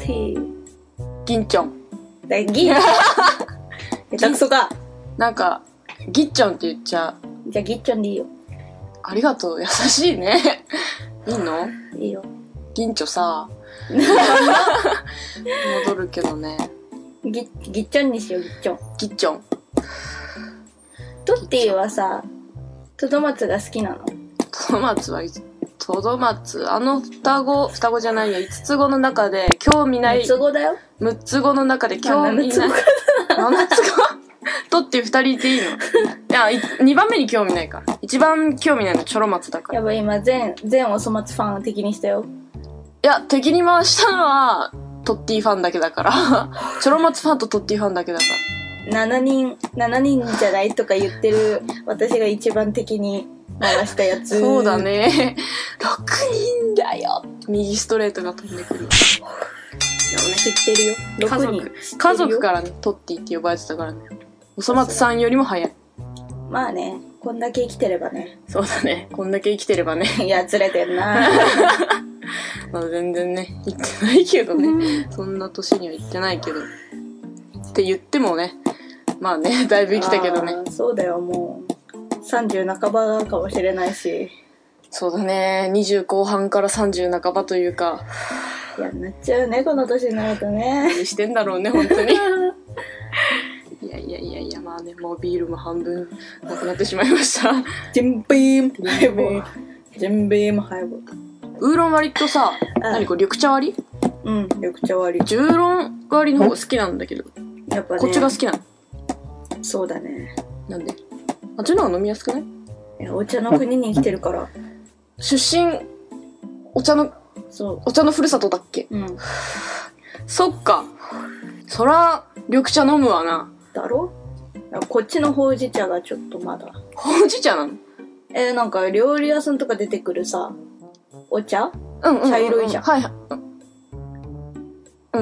T。 銀ちゃん。 銀ちゃん。下手くそか。 なんか、ギッチョンって言っちゃう。 じゃあギッチョンでいいよ。 ありがとう、優しいね。いいの？ いいよ。 銀ちょさ。戻るけどね。 ギッチョンにしよう、ギッチョン。 ギッチョン。 トッティはさ、トドマツが好きなの？ トドマツは、トドマツ、双子じゃないや、5つ子の中で興味ない。 6つ子だよ。 6つ子の中で興味ない。7つ子トッティ2人いていいの？いや、2番目に興味ないから。一番興味ないのチョロマツだから。 やばい、今、全おそ松ファンを敵にしたよ。 いや、敵に回したのは、トッティファンだけだから。チョロマツファンとトッティファンだけだから。7 人じゃないとか言ってる私が一番敵に回したやつ。 そうだね。6人だよ。右ストレートが飛んでくる。 知ってるよ。6人。 家族からね、トッティって呼ばれてたからね。おそ松さんよりも早い。 まあね、こんだけ生きてればね。 そうだね。こんだけ生きてればね。 やつれてんな。 まあ全然ね、言ってないけどね。そんな年には言ってないけど。って言ってもね、まあね、だいぶ生きたけどね。 そうだよ、もう。30半ばかもしれないし。そうだね。20後半から30半ばというか。 いや、なっちゃうね、この年になるとね。 何してんだろうね、本当に。いや、まあね、もうビールも半分なくなってしまいました。 ジンビームハイボール。ジンビームハイボール。 ウーロン割りとさ、何これ、緑茶割り？ うん、緑茶割り。 10ロン割りの方が好きなんだけど。 やっぱね。 こっちが好きなの？ そうだね。 なんで？あっちの方が飲みやすくない？ いや、お茶の国に生きてるから。 出身、お茶のふるさとだっけ？ うん。 そっか。そら、緑茶飲むわな。 だろ？こっちのほうじ茶がちょっとまだ。 ほうじ茶なの？ なんか料理屋さんとか出てくるさ、お茶？ うん。 茶色いじゃん。 はいはい。うん。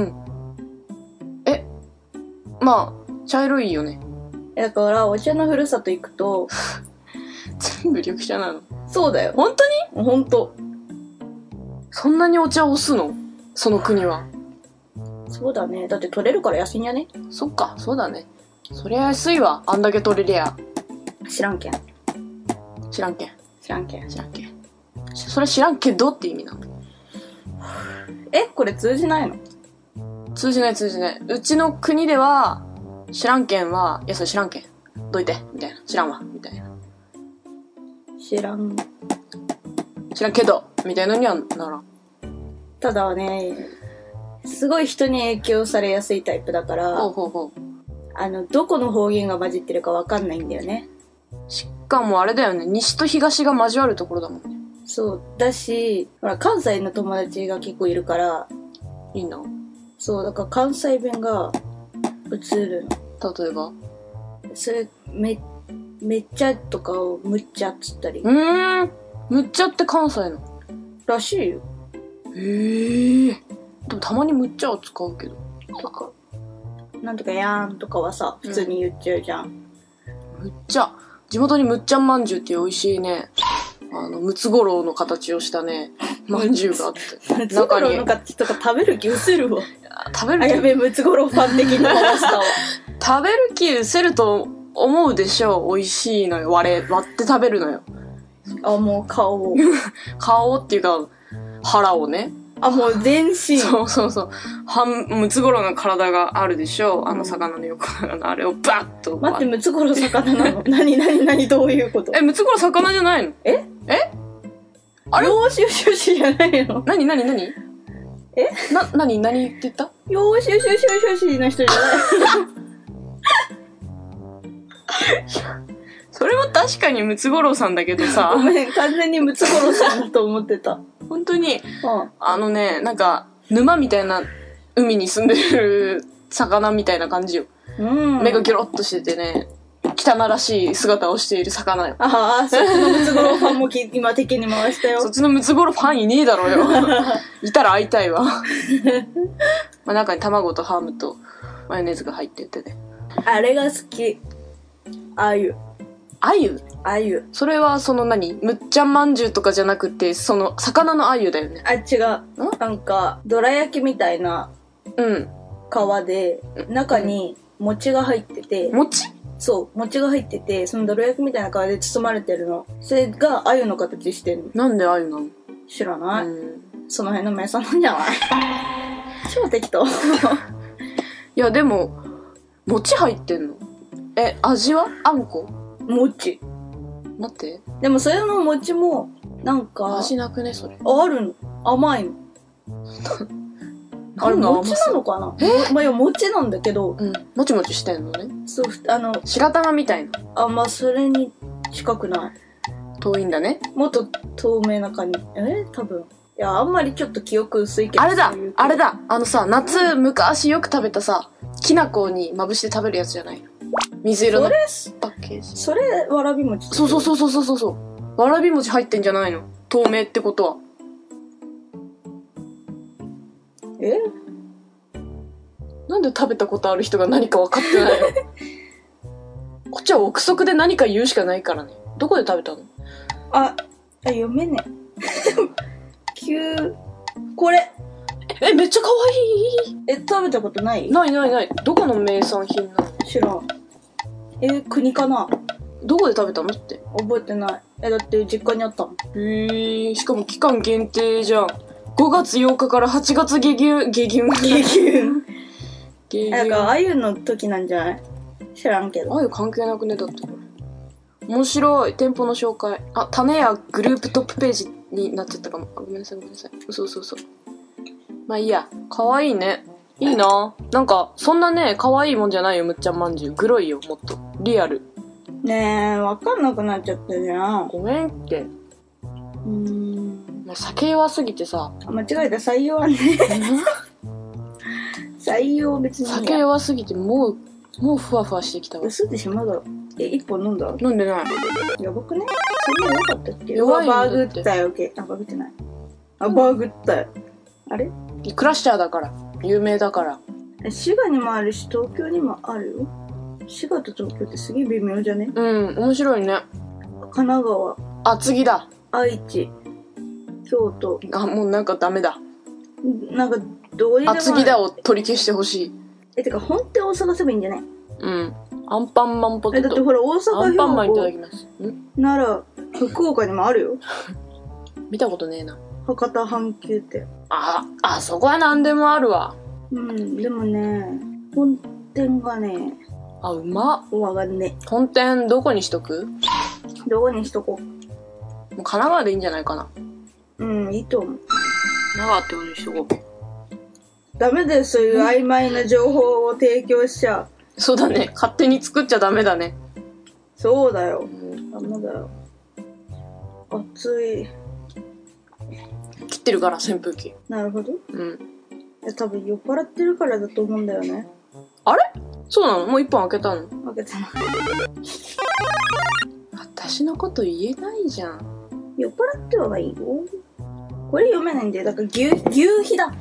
まあ、茶色いよね。 だから、お茶のふるさと行くと、 全部緑茶なの？ そうだよ。 本当に？本当。 そんなにお茶を押すの？その国は。 そうだね。だって取れるから安いんやね。 そっか、そうだね。そりゃ安いわ。あんだけ取れりゃ。 知らんけん。 知らんけん。 それ知らんけどって意味なの？ これ通じないの？ 通じない。うちの国では、知らんけんは、いや、それ知らんけん。どいて、みたいな。知らんわ、みたいな。 知らんけど、みたいなのにはならん。 ただね、すごい人に影響されやすいタイプだから、どこの方言が混じってるかわかんないんだよね。 しかもあれだよね、西と東が交わるところだもんね。 そう。だし、ほら、関西の友達が結構いるから、 いいな。 そう、だから関西弁が映るの。例えば？ それ、めっちゃとかをむっちゃっつったり。 むっちゃって関西の？ らしいよ。 へえ。でもたまにむっちゃを使うけど。 とか、なんとかやーんとかはさ、普通に言っちゃうじゃん。 むっちゃ。地元にむっちゃんまんじゅうっていう美味しいね、ムツゴロウの形をしたね、まんじゅうがあって。 ムツゴロウの形とか食べる気失せるわ。 食べる気？ やべえ、ムツゴロウファン的に回したわ。 食べる気失せると思うでしょう。美味しいのよ。割って食べるのよ。 もう顔を。 顔っていうか、腹をね。 もう全身。 そう。ムツゴロウの体があるでしょう。魚の横のあれをバッと。 待って、ムツゴロウ魚なの？何どういうこと？ ムツゴロウ魚じゃないの？あれ？ よしじゃないの？ 何何って言った？ よしの人じゃないの？ それも確かにムツゴロウさんだけどさ。 ごめん、完全にムツゴロウさんだと思ってた。 本当に、なんか、沼みたいな海に住んでる魚みたいな感じよ。目がギョロッとしててね、汚らしい姿をしている魚よ。 そっちのムツゴロウファンも今敵に回したよ。 そっちのムツゴロウファンいねえだろうよ。いたら会いたいわ。中に卵とハムとマヨネーズが入っててね。 あれが好き。あゆ。 それはむっちゃんまんじゅうとかじゃなくて、魚のあゆだよね。 違う。なんか、どら焼きみたいな皮で、中に餅が入ってて。 餅？ そう、餅が入ってて、そのどろ焼きみたいな皮で包まれてるの。それが鮎の形してんの。 なんで鮎なの？ 知らない。その辺の名産なんじゃない？超適当。いや、でも、餅入ってんの？味は？あんこ？ 餅。 待って。 でもそれの餅も、なんか。 味なくね、それ。 あるの。甘いの。あれ餅なのかな？まあ、いや、餅なんだけど。 もちもちしてんのね。 そう、 白玉みたいな。 まあ、それに近くない。 遠いんだね。 もっと透明な感じ。多分。いや、あんまりちょっと記憶薄いけど。 あれだ夏、昔よく食べたさ、きな粉にまぶして食べるやつじゃない？水色のパッケージ。 それ、わらび餅。 そう。わらび餅入ってんじゃないの？透明ってことは。なんで食べたことある人が何か分かってないの？こっちは憶測で何か言うしかないからね。どこで食べたの？ 読めねえ。これ。 めっちゃ可愛い。 食べたことない？ ない。どこの名産品なの？ 知らん。国かな？ どこで食べたのって。 覚えてない。だって実家にあったもん。 しかも期間限定じゃん。5月8日から8月下旬。 なんか、鮎の時なんじゃない？知らんけど。 鮎関係なくね、だってこれ。面白い。店舗の紹介。種やグループトップページになっちゃったかも。ごめんなさい。そう。まあいいや。かわいいね。いいな。なんか、そんなね、かわいいもんじゃないよ、むっちゃんまんじゅう。グロいよ、もっと。リアル。 ねえ、わかんなくなっちゃったじゃん。 ごめんって。酒弱すぎてさ。 間違えた、採用はね。採用別に。 酒弱すぎて、もうふわふわしてきたわ。 嘘でしょ、まだ。1本飲んだ？ 飲んでない。 やばくね？そんな弱かったっけ？ 弱いんだって。 バーグったよ、バーグってない。バーグったよ。あれ？ クラッシャーだから。有名だから。 滋賀にもあるし、東京にもあるよ。滋賀と東京ってすげえ微妙じゃね？ 面白いね。 神奈川。 次だ。 愛知。京都。 もうなんかダメだ。 なんか、どうにでもある。 次だを取り消してほしい。 てか、本店を探せばいいんじゃない？ アンパンマンポテト。 だってほら、大阪、 アンパンマンいただきます。 奈良、福岡にもあるよ。 見たことねえな。 博多阪急店。 そこは何でもあるわ。 でもね、本店がね、 うまっ。 わかんね。 本店どこにしとく？ どこにしとこう。 もう神奈川でいいんじゃないかな。 いいと思う。 神奈川ってことにしとこう。ダメだよ、そういう曖昧な情報を提供しちゃう。 そうだね。勝手に作っちゃダメだね。 そうだよ。ダメだよ。暑い。 切ってるから、扇風機。 なるほど。多分酔っ払ってるからだと思うんだよね。 あれ？そうなの？もう一本開けたの？ 開けたの。 私のこと言えないじゃん。 酔っ払ってはないよ。これ読めないんだよ。だから牛皮だ。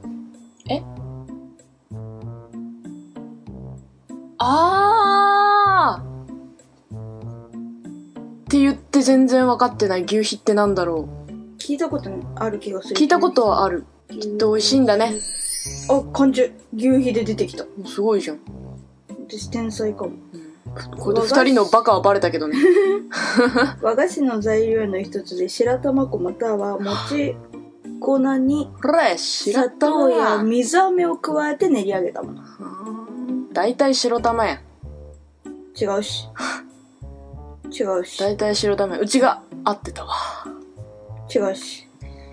って言って全然分かってない。牛皮ってなんだろう。 聞いたことある気がする。 聞いたことはある。きっと美味しいんだね。 漢字。牛皮で出てきた。 すごいじゃん。 私天才かも。 これで二人のバカはバレたけどね。 和菓子の材料の一つで白玉粉または餅粉に砂糖や水飴を加えて練り上げたもの。 大体白玉や。 違うし。 大体白玉。うちが合ってたわ。 違うし。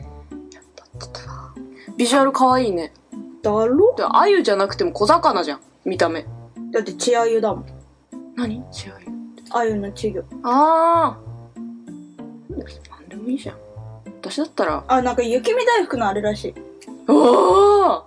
ビジュアル可愛いね。 だろ？ 鮎じゃなくても小魚じゃん。見た目。 だって稚鮎だもん。 何？稚鮎。 鮎の稚魚。 なんでもいいじゃん。私だったら。 なんか雪見大福のあれらしい。 うわ！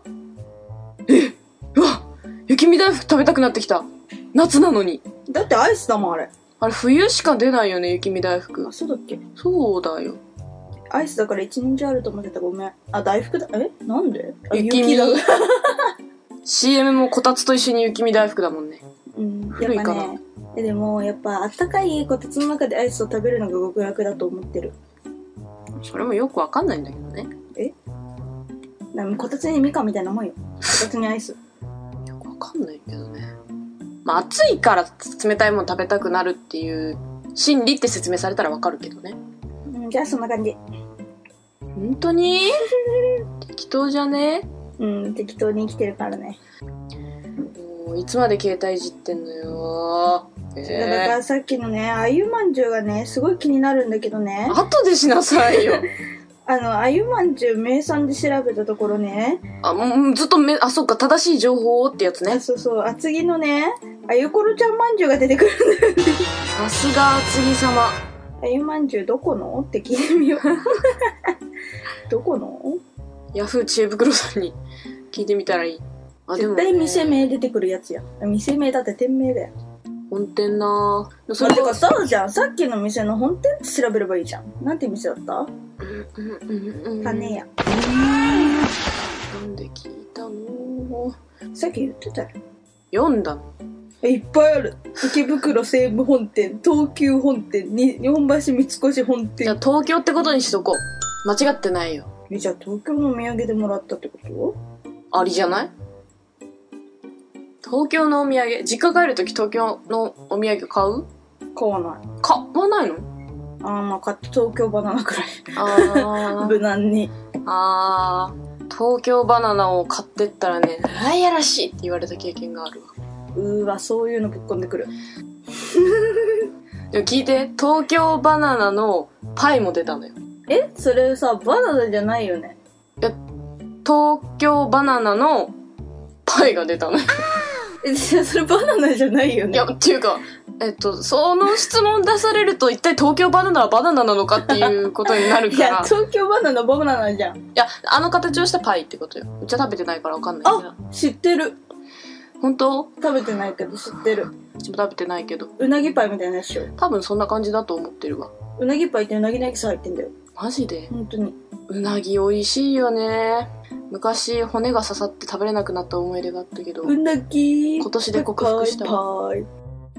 雪見大福食べたくなってきた。夏なのに。 だってアイスだもん、あれ。 あれ冬しか出ないよね、雪見大福。 そうだっけ？ そうだよ。 アイスだから一日あると思ってた。ごめん。大福だ。なんで？ 雪見だ。CM もこたつと一緒に雪見大福だもんね。古いかな。 でもやっぱあったかいこたつの中でアイスを食べるのが極楽だと思ってる。 それもよくわかんないんだけどね。 こたつにみかんみたいなもんよ。こたつにアイス。 よくわかんないけどね。まあ暑いから冷たいもの食べたくなるっていう心理って説明されたらわかるけどね。 じゃあそんな感じ。 本当に適当じゃね？ 適当に生きてるからね。 もういつまで携帯いじってんのよ。 だからさっきのね、あゆまんじゅうがね、すごい気になるんだけどね。 後でしなさいよ。 あゆまんじゅう名産で調べたところね。 もうずっとそっか、正しい情報ってやつね。 そうそう、厚木のね、あゆころちゃんまんじゅうが出てくるんだよね。 さすが厚木様。 あゆまんじゅうどこのって聞いてみよう。どこの？ ヤフー知恵袋さんに聞いてみたらいい。 絶対店名出てくるやつや。店名だって店名だよ。 本店なぁ。 それてかそうじゃん。さっきの店の本店って調べればいいじゃん。なんて店だった？種屋。 なんで聞いたの？ さっき言ってたよ。 読んだの？ いっぱいある。池袋西武本店、東急本店、日本橋三越本店。 じゃあ東京ってことにしとこう。間違ってないよ。 じゃあ東京のお土産でもらったってこと？ ありじゃない？東京のお土産、実家帰るとき東京のお土産買う？ 買わない。 買わないの？ まあ買って東京バナナくらい。無難に。 東京バナナを買ってったらね、やらしいって言われた経験があるわ。そういうのぶっこんでくる。 でも聞いて、東京バナナのパイも出たのよ。 それさ、バナナじゃないよね。 いや、東京バナナのパイが出たのよ。 それバナナじゃないよね。 いや、っていうか、その質問出されると一体東京バナナはバナナなのかっていうことになるから。 いや、東京バナナバナナじゃん。 いや、あの形をしたパイってことよ。うちは食べてないからわかんないけど。 知ってる。 本当？ 食べてないけど知ってる。 うちも食べてないけど。 うなぎパイみたいなやつでしょ。 多分そんな感じだと思ってるわ。 うなぎパイってうなぎのエキス入ってんだよ。 マジで？ 本当に。 うなぎ美味しいよね。昔骨が刺さって食べれなくなった思い出があったけど。 うなぎ。 今年で克服したわ。 パイ。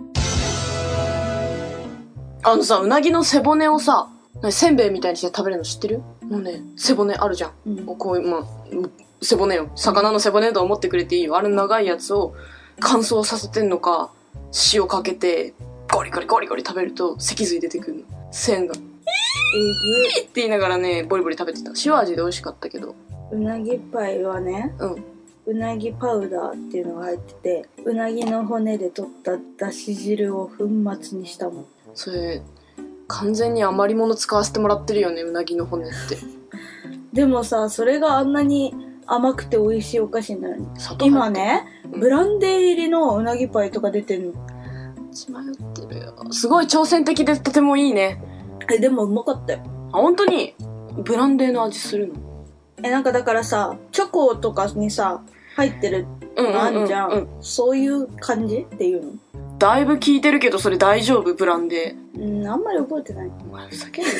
うなぎの背骨をさ、せんべいみたいにして食べるの知ってる？もうね、背骨あるじゃん。こういう、背骨よ。魚の背骨と思ってくれていいよ。あれ長いやつを乾燥させてんのか、塩かけて、ゴリゴリゴリゴリ食べると脊髄出てくるの。線が。って言いながらね、ボリボリ食べてた。塩味で美味しかったけど。 うなぎパイはね、うなぎパウダーっていうのが入ってて、うなぎの骨で取っただし汁を粉末にしたもん。 それ、完全に余り物使わせてもらってるよね、うなぎの骨って。 でもさ、それがあんなに甘くて美味しいお菓子になるの。今ね、ブランデー入りのうなぎパイとか出てんの。 血迷ってるよ。すごい挑戦的でとてもいいね。 でもうまかったよ。 本当にブランデーの味するの？ なんかだからさ、チョコとかにさ、入ってるのあんじゃん。そういう感じっていうの？ だいぶ聞いてるけど、それ大丈夫？ブランデー。あんまり覚えてない。 お前ふざけんなよ。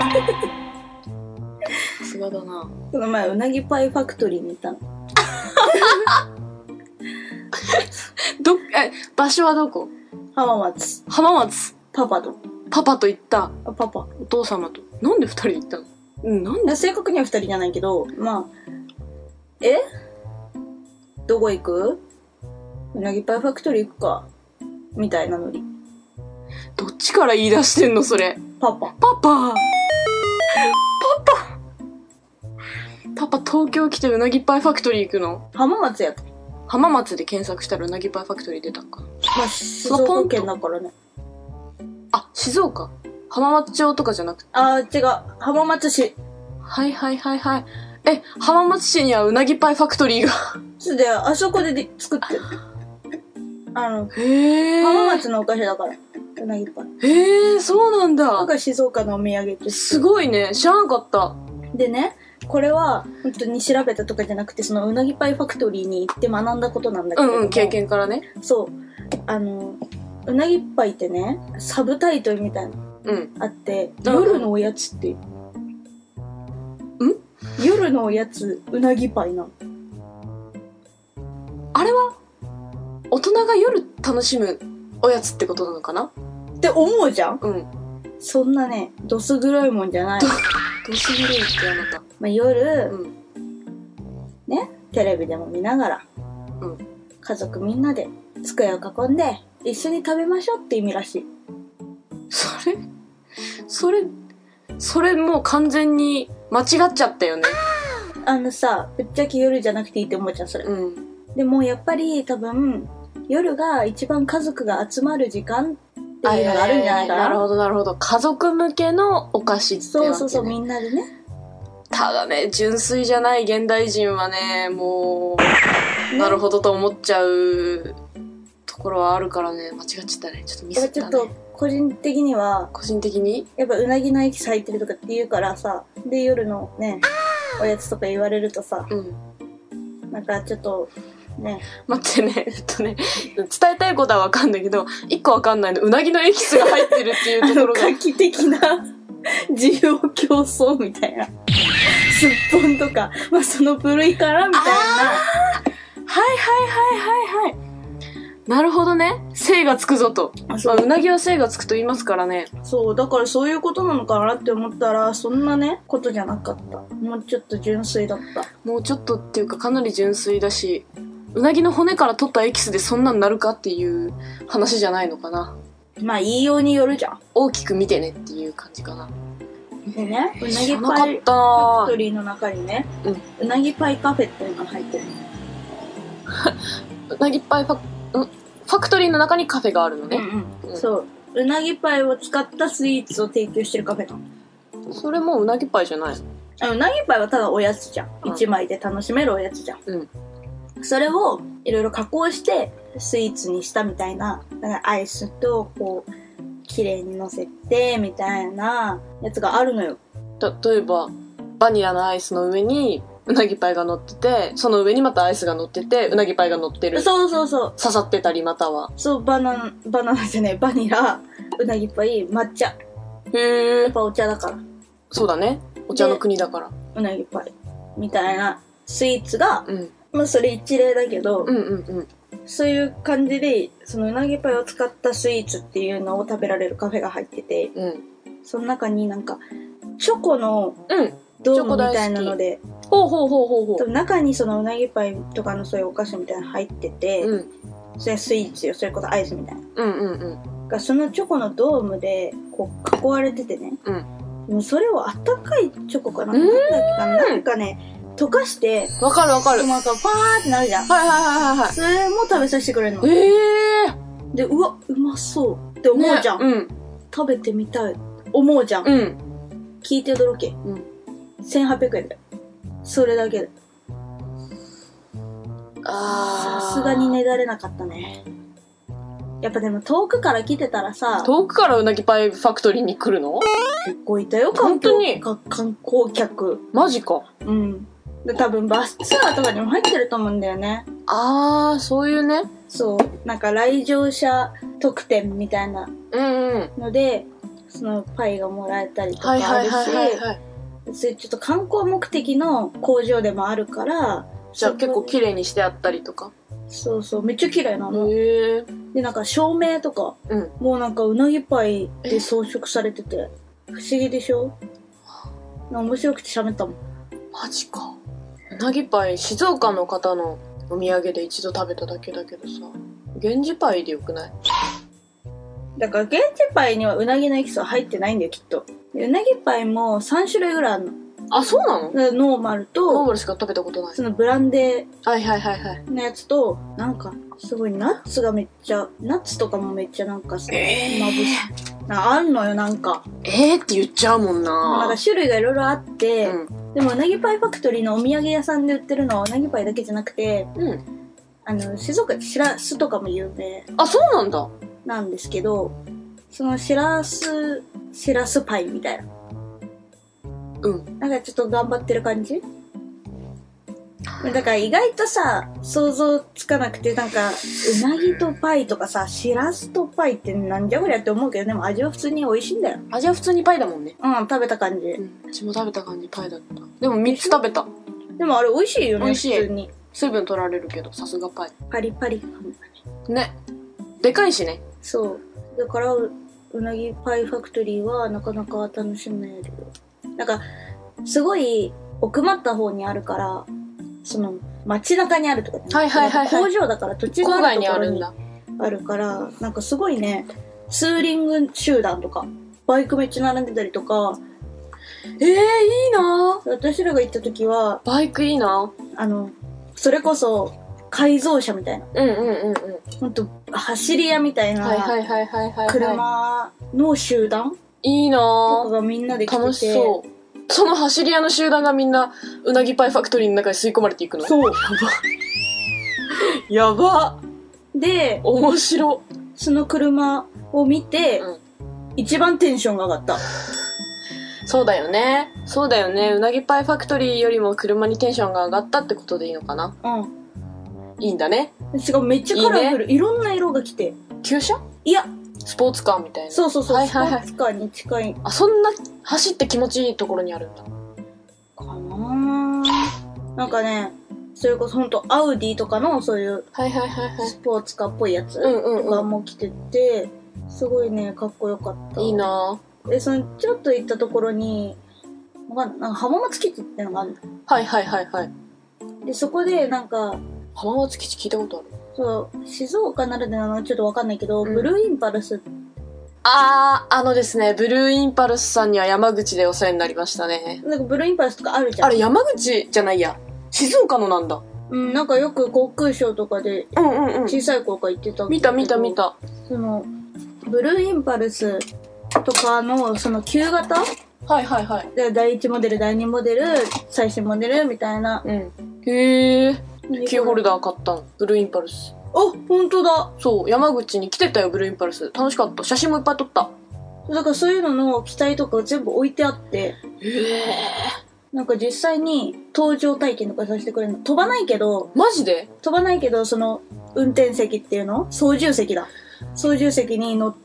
さすがだな。 この前、うなぎパイファクトリーに行ったの。 場所はどこ？ 浜松。 浜松。 パパと。 パパと行った。 パパ。 お父様と。なんで二人で行ったの？なんで？ 正確には二人じゃないけど、まあ、どこ行く？うなぎパイファクトリー行くか。みたいなノリ。 どっちから言い出してんのそれ？ パパ。 パパ東京来てうなぎパイファクトリー行くの？ 浜松やった。 浜松で検索したらうなぎパイファクトリー出たんかな。 まあ、静岡県だからね。 静岡？浜松町とかじゃなくて。 違う。浜松市。 はい。浜松市にはうなぎパイファクトリーが。 そうだよ。あそこで作ってる。浜松のお菓子だから。うなぎパイ。 そうなんだ。 だから静岡のお土産として。 すごいね。知らなかった。 でね、これは本当に調べたとかじゃなくて、そのうなぎパイファクトリーに行って学んだことなんだけど。 経験からね。 そう。うなぎパイってね、サブタイトルみたいなあって、夜のおやつって夜のおやつうなぎパイなの。 あれは大人が夜楽しむおやつってことなのかなって思うじゃん。そんなね、どす黒いもんじゃない。 どす黒いってあなた。 夜、 ね、テレビでも見ながら、家族みんなで机を囲んで一緒に食べましょうって意味らしい。 それもう完全に間違っちゃったよね。 さ、ぶっちゃけ夜じゃなくていいって思うじゃん、それ。でもやっぱり多分、夜が一番家族が集まる時間っていうのがあるんじゃないかな。 なるほどなるほど。家族向けのお菓子ってわけね。 そう、みんなでね。 ただね、純粋じゃない現代人はね、もう、なるほどと思っちゃうところはあるからね、間違っちゃったね。ちょっとミスったね。 ちょっと個人的には、やっぱうなぎのエキス入ってるとかって言うからさ、で夜のね、おやつとか言われるとさ、なんかちょっとね。 待ってね、伝えたいことはわかんないけど、一個わかんないの、うなぎのエキスが入ってるっていうところが。 画期的な需要競争みたいな。すっぽんとか、まあその部類からみたいな。 はい。なるほどね。精がつくぞと。うなぎは精がつくと言いますからね。 そう、だからそういうことなのかなって思ったら、そんなね、ことじゃなかった。もうちょっと純粋だった。 もうちょっとっていうかかなり純粋だし、うなぎの骨から取ったエキスでそんなんなるかっていう話じゃないのかな。 まあ言いようによるじゃん。 大きく見てねっていう感じかな。 でね、うなぎパイファクトリーの中にね、うなぎパイカフェっていうのが入ってる。 うなぎパイファクトリーの中にカフェがあるのね。 そう。うなぎパイを使ったスイーツを提供してるカフェなの。それもうなぎパイじゃないの？うなぎパイはただおやつじゃん。1枚で楽しめるおやつじゃん。それをいろいろ加工してスイーツにしたみたいな、だからアイスとこう、綺麗に乗せてみたいなやつがあるのよ。 例えば、バニラのアイスの上にうなぎパイが乗ってて、その上にまたアイスが乗ってて、うなぎパイが乗ってる。 そう。 刺さってたりまたは。 そう、バナナじゃねえ、バニラ、うなぎパイ、抹茶。 へえ。 やっぱお茶だから。 そうだね。お茶の国だから。 うなぎパイ。みたいなスイーツが、まあそれ一例だけど、そういう感じで、そのうなぎパイを使ったスイーツっていうのを食べられるカフェが入ってて、その中になんか、チョコのドームみたいなので、中にそのうなぎパイとかのそういうお菓子みたいなの入ってて、それはスイーツよ、それこそアイスみたいな。そのチョコのドームでこう囲われててね、もうそれをあったかいチョコかな、なんかね、溶かして、 わかる。 なんかパーってなるじゃん。 はい。 それも食べさせてくれるの。で、うわ、うまそうって思うじゃん。食べてみたい。思うじゃん。聞いて驚け。1800円だよ。それだけで。さすがにねだれなかったね。やっぱでも遠くから来てたらさ。 遠くからうなぎパイファクトリーに来るの？ 結構いたよ、観光客。 マジか。 で、多分バスツアーとかにも入ってると思うんだよね。 そういうね。 そう。なんか来場者特典みたいなので、そのパイがもらえたりとかあるし、そういうちょっと観光目的の工場でもあるから、 じゃあ結構綺麗にしてあったりとか。 そう、めっちゃ綺麗なの。で、なんか照明とか、もうなんかうなぎパイで装飾されてて、不思議でしょ？面白くて喋ったもん。 マジか。うなぎパイ、静岡の方のお土産で一度食べただけだけどさ、源氏パイでよくない？ だから源氏パイにはうなぎのエキスは入ってないんだよ、きっと。うなぎパイも3種類ぐらいあるの。 そうなの？ ノーマルと、 ノーマルしか食べたことない。 そのブランデーのやつと、なんか、すごいナッツとかもめっちゃなんかさ、まぶしあんのよ、なんか。 って言っちゃうもんな。 なんか種類がいろいろあって、でもうなぎパイファクトリーのお土産屋さんで売ってるのはうなぎパイだけじゃなくて、静岡でしらすとかも有名。 そうなんだ。 なんですけど、そのしらすパイみたいな。なんかちょっと頑張ってる感じ？だから意外とさ、想像つかなくて、なんか、うなぎとパイとかさ、しらすとパイってなんじゃこりゃって思うけど、でも味は普通に美味しいんだよ。 味は普通にパイだもんね。 食べた感じ。 私も食べた感じパイだった。でも3つ食べた。 でもあれ美味しいよね、 美味しい。 普通に。 水分取られるけど、さすがパイ。 パリパリ感がね。でかいしね。 そう。だから、うなぎパイファクトリーはなかなか楽しめるよ。なんか、すごい奥まった方にあるから、 その街中にあるとか、ね、 はいはいはいはい、 工場だから土地があるところにあるから、なんかすごいね、ツーリング集団とかバイクめっちゃ並んでたりとか。 いいな。 私らが行った時はバイクいいな。 それこそ改造車みたいな、ほんと走り屋みたいな車の集団いいなとかがみんなで来てて、 楽しそう。その走り屋の集団がみんなうなぎパイファクトリーの中に吸い込まれていくの。 そう。 やば。 で、 面白。 その車を見て、一番テンションが上がった。 そうだよね。そうだよね。うなぎパイファクトリーよりも車にテンションが上がったってことでいいのかな。いいんだね。 しかもめっちゃカラフル。いろんな色が来て。 旧車？ いや。 スポーツカーみたいな。 そう。スポーツカーに近い。 あ、そんな走って気持ちいいところにあるんだ。 かなぁ。なんかね、それこそほんとアウディとかのそういうスポーツカーっぽいやつとかも来てて、すごいね、かっこよかった。 いいなぁ。で、ちょっと行ったところに、なんか浜松基地ってのがあるの。 はい。 で、そこでなんか、 浜松基地聞いたことある。 そう、静岡ならではのちょっとわかんないけど、ブルーインパルス。 ですね、ブルーインパルスさんには山口でお世話になりましたね。 なんかブルーインパルスとかあるじゃん。 あれ山口じゃないや。静岡のなんだ。 なんかよく航空ショーとかで、小さい頃から行ってた。 見た。 その、ブルーインパルスとかの、その旧型？ はい。 で、第1モデル、第2モデル、最新モデルみたいな。 へー。キーホルダー買ったの。ブルーインパルス。 あ、ほんとだ。 そう、山口に来てたよ、ブルーインパルス。楽しかった。写真もいっぱい撮った。 だからそういうのの機体とか全部置いてあって。なんか実際に搭乗体験とかさせてくれるの。飛ばないけど。 マジで？ 飛ばないけど、その、運転席っていうの？操縦席だ。操縦席に乗って、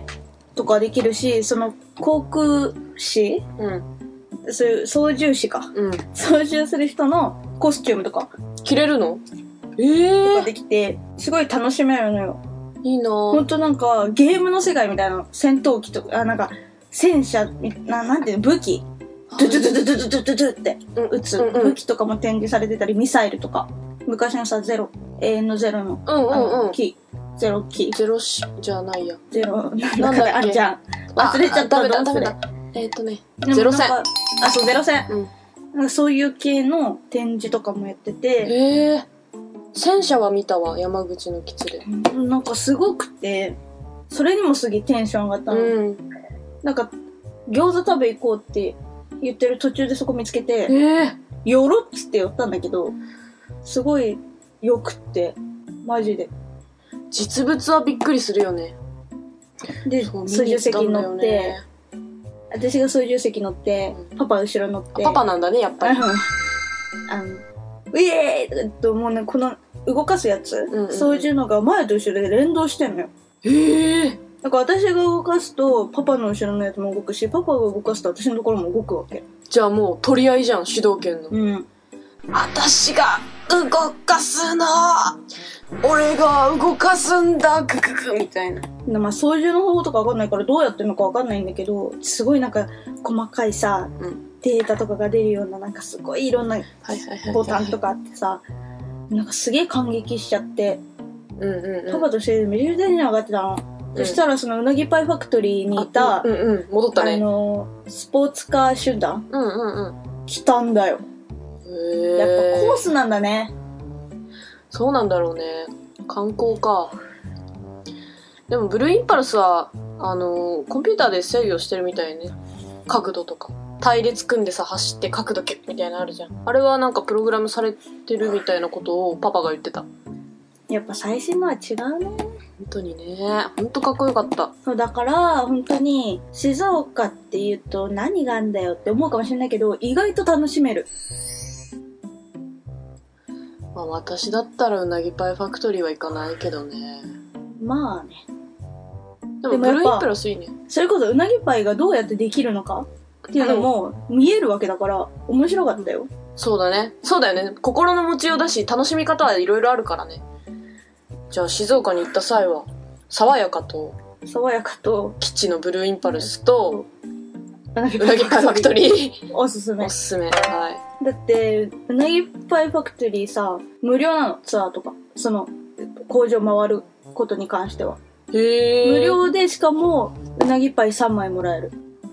とかできるし、その、航空士？そういう操縦士か。操縦する人のコスチュームとか。 着れるの？ とかできて、すごい楽しめるのよ。 いいなぁ。 ほんとなんか、ゲームの世界みたいな、戦闘機とか、なんか、戦車、なんていうの、武器。ドゥドゥドゥドゥドゥドゥドゥドゥって撃つ武器とかも展示されてたり、ミサイルとか。昔のさ、永遠のゼロの、ゼロ機。 ゼロじゃないや。 ゼロ、なんだっけ、あるじゃん。忘れちゃった。 ダメだ。ゼロ戦。 そう、ゼロ戦。なんかそういう系の展示とかもやってて。 戦車は見たわ、山口の基地で。 なんかすごくて、それにもすげえテンション上がったの。なんか、餃子食べ行こうって言ってる途中でそこ見つけて、寄ろっつって寄ったんだけど、すごい良くって、マジで。 実物はびっくりするよね。 で、操縦席に乗って、私が操縦席乗って、パパ後ろ乗って。 パパなんだね、やっぱり。 ウィエーイとか言ってもうね、この動かすやつ、そういうのが前と後ろで連動してんのよ。だから私が動かすと、パパの後ろのやつも動くし、パパが動かすと私のところも動くわけ。 じゃあもう取り合いじゃん、主導権の。私が動かすの俺が動かすんだグググみたいな。 まあ操縦の方法とかわかんないからどうやってるのかわかんないんだけど、すごいなんか細かいさ、データとかが出るようななんかすごいいろんなボタンとかあってさ、なんかすげえ感激しちゃって、パパとしてめちゃめちゃテンション上がってたの。そしたらそのうなぎパイファクトリーにいた、 戻ったね。 スポーツカー集団、来たんだよ。やっぱコースなんだね。 そうなんだろうね。観光か。でもブルーインパルスはコンピューターで制御してるみたいね。角度とか隊列組んでさ走って角度キュッみたいなのあるじゃん。あれはなんかプログラムされてるみたいなことをパパが言ってた。 やっぱ最新のは違うね。 本当にね。本当かっこよかった。 そうだから本当に静岡って言うと何があんだよって思うかもしれないけど、意外と楽しめる。 まあ私だったらうなぎパイファクトリーは行かないけどね。 まあね。 でもブルーインパルスいいね。 それこそうなぎパイがどうやってできるのかっていうのも見えるわけだから面白かったよ。 そうだね。そうだよね。心の持ちようだし楽しみ方はいろいろあるからね。じゃあ静岡に行った際は爽やかと基地のブルーインパルスとうなぎパイファクトリーおすすめ。はい。 だって、うなぎパイファクトリーさ、無料なの、ツアーとか。その、工場回ることに関しては。 へー。 無料で、しかも、うなぎパイ3枚もらえる。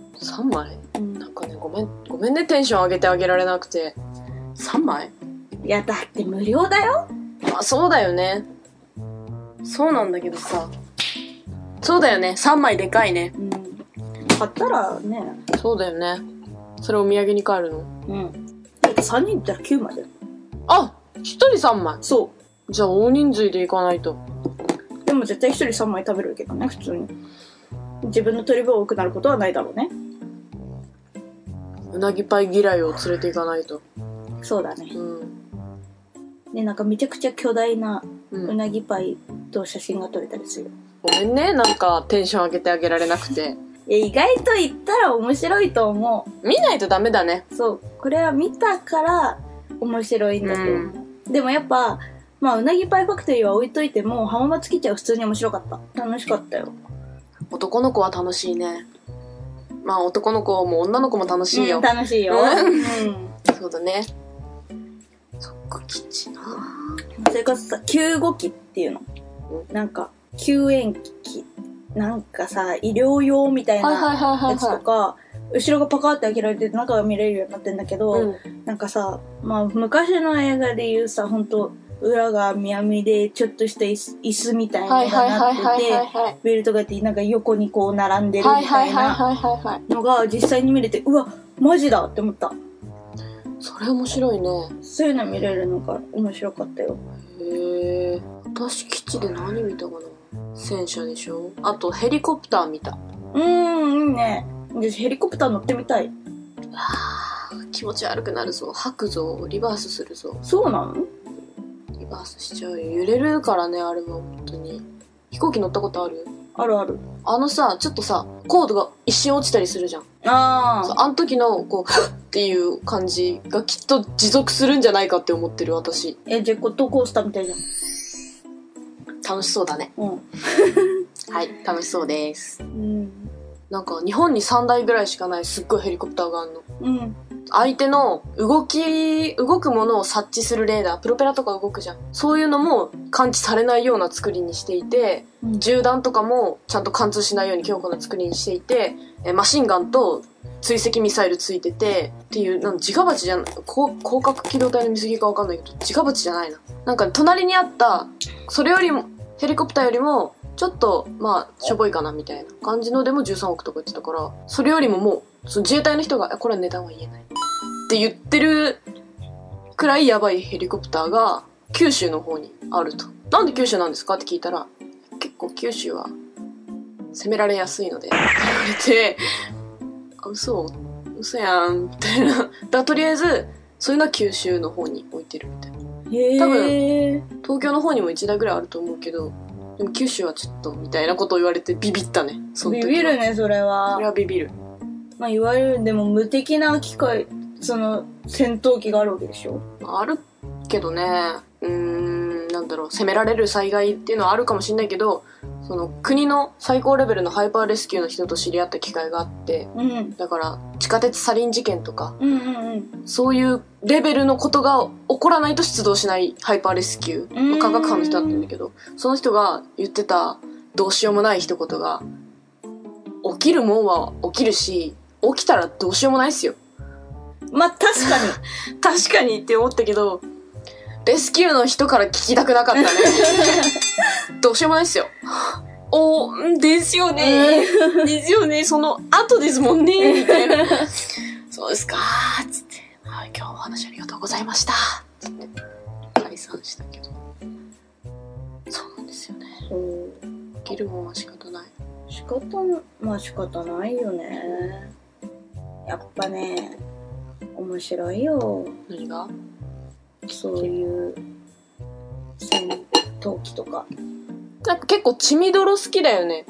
3枚？なんかね、ごめんね、テンション上げてあげられなくて。3枚？ いや、だって無料だよ。 あ、そうだよね。そうなんだけどさ。そうだよね、3枚でかいね。 買ったらね。 そうだよね。それお土産に帰るの？ だって3人いったら9枚だよ。 あ、1人3枚。 そう。 じゃあ大人数で行かないと。 でも絶対1人3枚食べるけどね、普通に。自分の取り分多くなることはないだろうね。 うなぎパイ嫌いを連れて行かないと。 そうだね。で、なんかめちゃくちゃ巨大なうなぎパイと写真が撮れたりする。 ごめんね、なんかテンション上げてあげられなくて。 意外と言ったら面白いと思う。見ないとダメだね。 そう。これは見たから面白いんだと思う。でもやっぱ、まあ、うなぎパイファクトリーは置いといても、浜松基地は普通に面白かった。楽しかったよ。 男の子は楽しいね。まあ男の子も女の子も楽しいよ。 楽しいよ。 そうだね。そっか、基地なそれこそさ、救護機っていうの。なんか、救援機。なんかさ、医療用みたいなやつとか、後ろがパカーって開けられて中が見れるようになってんだけど、なんかさ、まあ昔の映画で言うさ、ほんと、裏がみやみでちょっとした椅子みたいなのがなってて、ベルトがあってなんか横にこう並んでるみたいなのが実際に見れて、うわ、マジだって思った。 それ面白いね。 そういうの見れるのが面白かったよ。 へえ。私基地で何見たかな。戦車でしょ。あとヘリコプター見た。 いいね。ヘリコプター乗ってみたい。 気持ち悪くなるぞ。吐くぞ。リバースするぞ。 そうなの？ リバースしちゃうよ。揺れるからね、あれも本当に。飛行機乗ったことある？ あるある。 さ、ちょっとさ、コードが一瞬落ちたりするじゃん。 あの時の、こう、っていう感じがきっと持続するんじゃないかって思ってる、私。 ジェットコースターみたいじゃん。 楽しそうだね。はい、楽しそうです。なんか、日本に3台ぐらいしかないすっごいヘリコプターがあるの。相手の動くものを察知するレーダー、プロペラとか動くじゃん。そういうのも感知されないような作りにしていて、銃弾とかもちゃんと貫通しないように強固な作りにしていて、マシンガンと追跡ミサイルついてて、っていう、自家鉢じゃない、広角機動隊の見過ぎかわかんないけど、自家鉢じゃないな。なんか、隣にあった、それよりも、ヘリコプターよりも、ちょっと、まあ、しょぼいかな、みたいな感じのでも13億とか言ってたから、それよりももう、その自衛隊の人が、これは値段は言えない。って言ってるくらいやばいヘリコプターが、九州の方にあると。なんで九州なんですかって聞いたら、結構九州は、攻められやすいので、言われて、嘘やん、みたいな。だからとりあえず、そういうのは九州の方に置いてるみたいな。多分、東京の方にも1台ぐらいあると思うけど、でも九州はちょっと、みたいなことを言われてビビったね。その時は。 ビビるね、それは。 それはビビる。 まあ、いわゆる、でも無敵な機械、戦闘機があるわけでしょ？ あるけどね、なんだろう、攻められる災害っていうのはあるかもしれないけど、その国の最高レベルのハイパーレスキューの人と知り合った機会があって、だから地下鉄サリン事件とか、そういうレベルのことが起こらないと出動しないハイパーレスキューの科学班の人だったんだけど、その人が言ってたどうしようもない一言が、起きるもんは起きるし、起きたらどうしようもないっすよ。 まあ、確かに。 確かにって思ったけど、レスキューの人から聞きたくなかったね。どうしようもないっすよ。ですよね。ですよね。その後ですもんね。みたいな。そうですかー。つって。はい、今日お話ありがとうございました。つって。解散したけど。そうなんですよね。起きるもんは仕方ない。 仕方ないよね。やっぱね、面白いよ。 何が？ そういう戦闘機とか。 なんか結構血みどろ好きだよね。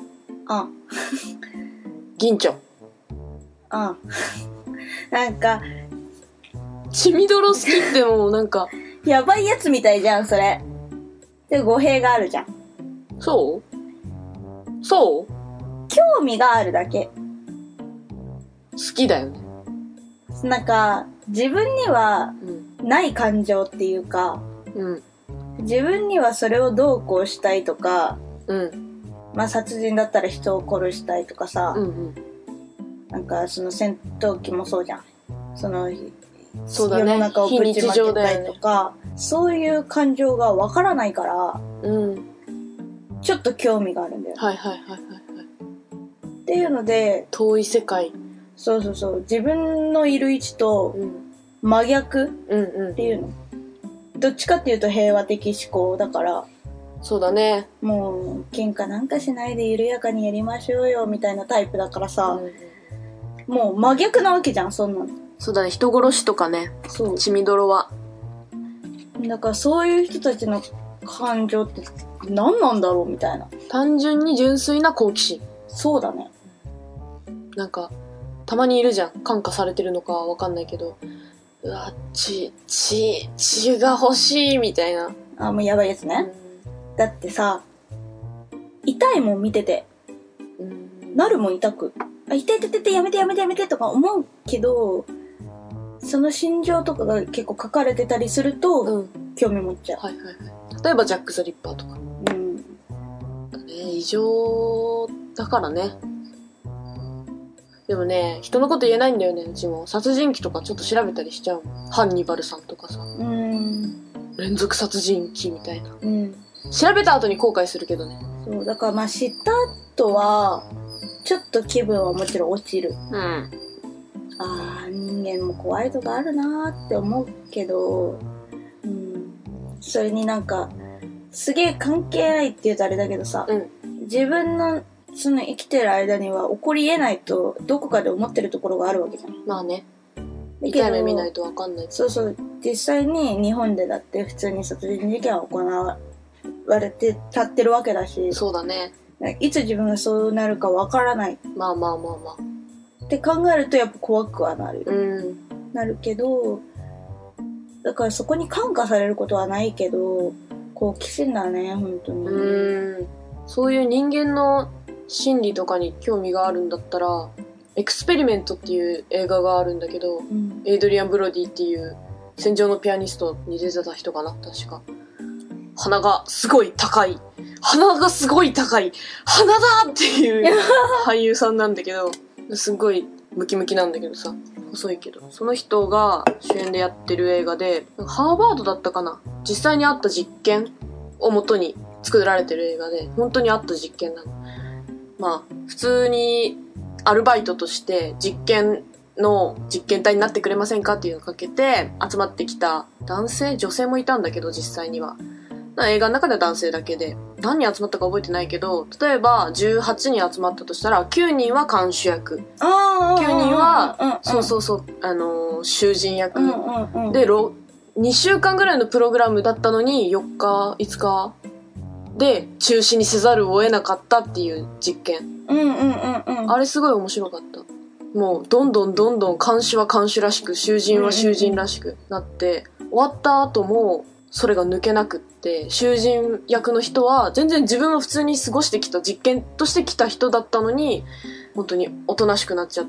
銀ちゃん。 なんか血みどろ好きってもうなんかやばいやつみたいじゃん、それ。で、語弊があるじゃん。 そう興味があるだけ。 好きだよね。 なんか自分にはない感情っていうか、自分にはそれをどうこうしたいとか、まあ殺人だったら人を殺したいとかさ、なんかその戦闘機もそうじゃん。そうだね、世の中をぶちまけたいとか、そういう感情がわからないから、ちょっと興味があるんだよ。っていうので、 遠い世界。 そうそうそう、自分のいる位置と真逆っていうの。どっちかっていうと平和的思考だから。 そうだね。 もう喧嘩なんかしないで緩やかにやりましょうよみたいなタイプだからさ、もう真逆なわけじゃん、そんなの。 そうだね、人殺しとかね。そう。血みどろは。 だからそういう人たちの感情って何なんだろうみたいな。 単純に純粋な好奇心。 そうだね。 なんか、たまにいるじゃん。感化されてるのかわかんないけど。うわ、血が欲しいみたいな。 あ、もうやばいやつね。だってさ、痛いもん見てて。なるもん痛く。あ、痛いやめてとか思うけど、その心情とかが結構書かれてたりすると、興味持っちゃう。 例えばジャック・ザ・リッパーとか。異常だからね。でもね、人のこと言えないんだよね、うちも。殺人鬼とかちょっと調べたりしちゃうもん。ハンニバルさんとかさ。連続殺人鬼みたいな。調べた後に後悔するけどね。 そう、だからまあ知った後は、ちょっと気分はもちろん落ちる。ああ、人間も怖いとこあるなーって思うけど、それになんか、すげえ関係ないって言うとあれだけどさ、自分のその生きてる間には起こり得ないとどこかで思ってるところがあるわけじゃん。 まあね。痛い目見ないと分かんない。 そうそう。実際に日本でだって普通に殺人事件は行われて立ってるわけだし。 そうだね。 いつ自分がそうなるか分からない。 まあ。 って考えるとやっぱ怖くはなる。なるけど、だからそこに感化されることはないけど、好奇心だね、本当に。 そういう人間の心理とかに興味があるんだったら、エクスペリメントっていう映画があるんだけど、エイドリアン・ブロディっていう戦場のピアニストに出てた人かな、確か。鼻がすごい高い鼻だっていう俳優さんなんだけど、すごいムキムキなんだけどさ、細いけど、その人が主演でやってる映画で、ハーバードだったかな、実際にあった実験を元に作られてる映画で、本当にあった実験なの。まあ普通にアルバイトとして実験体になってくれませんかっていうのをかけて集まってきた男性女性もいたんだけど、実際には映画の中では男性だけで、何人集まったか覚えてないけど、例えば18人集まったとしたら9人は看守役、9人は囚人役で、2週間ぐらいのプログラムだったのに4日5日で中止にせざるを得なかったっていう実験。あれすごい面白かった。もうどんどん看守は看守らしく、囚人は囚人らしくなって、終わった後もそれが抜けなくって、囚人役の人は全然自分は普通に過ごしてきた、実験として来た人だったのに、本当におとなしくなっちゃって、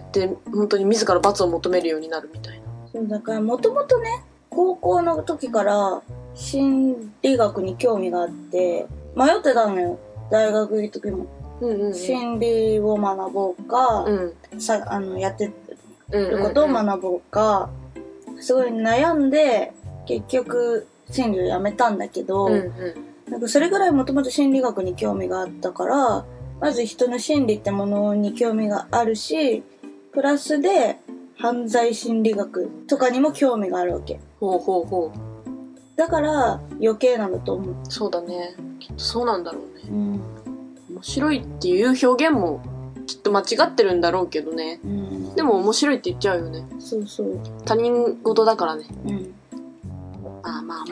で本当に自ら罰を求めるようになるみたいな。 そうだから、もともとね、高校の時から心理学に興味があって迷ってたのよ、大学行く時も。心理を学ぼうか、やってることを学ぼうか、すごい悩んで結局心理をやめたんだけど、なんかそれぐらいもともと心理学に興味があったから、まず人の心理ってものに興味があるし、プラスで犯罪心理学とかにも興味があるわけ。だから余計なんだと思う。 そうだね、きっとそうなんだろうね。面白いっていう表現もきっと間違ってるんだろうけどね。でも面白いって言っちゃうよね。 そうそう。 他人事だからね。まあ。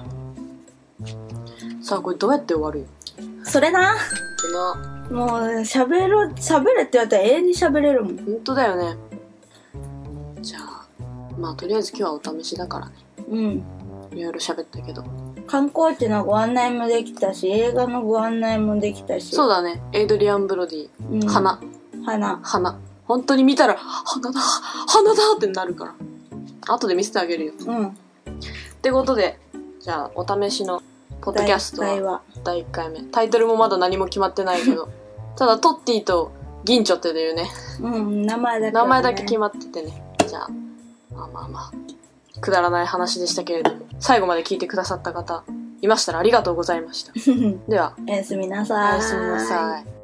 さあ、これどうやって終わるよ。 それな。もう喋れって言われたら永遠に喋れるもん。 本当だよね。じゃあ、まあとりあえず今日はお試しだからね。いろいろ喋ったけど。 観光地のご案内もできたし、映画のご案内もできたし。 そうだね。エイドリアン・ブロディ。花。本当に見たら、花だってなるから。 後で見せてあげるよ。ってことで、じゃあ、お試しのポッドキャストは第1回目。タイトルもまだ何も決まってないけど。ただ、トッティとギンチョっていうね。名前だけ決まっててね。じゃあ、まあ。くだらない話でしたけれども、最後まで聞いてくださった方、いましたらありがとうございました。では、 おやすみなさい。 おやすみなさい。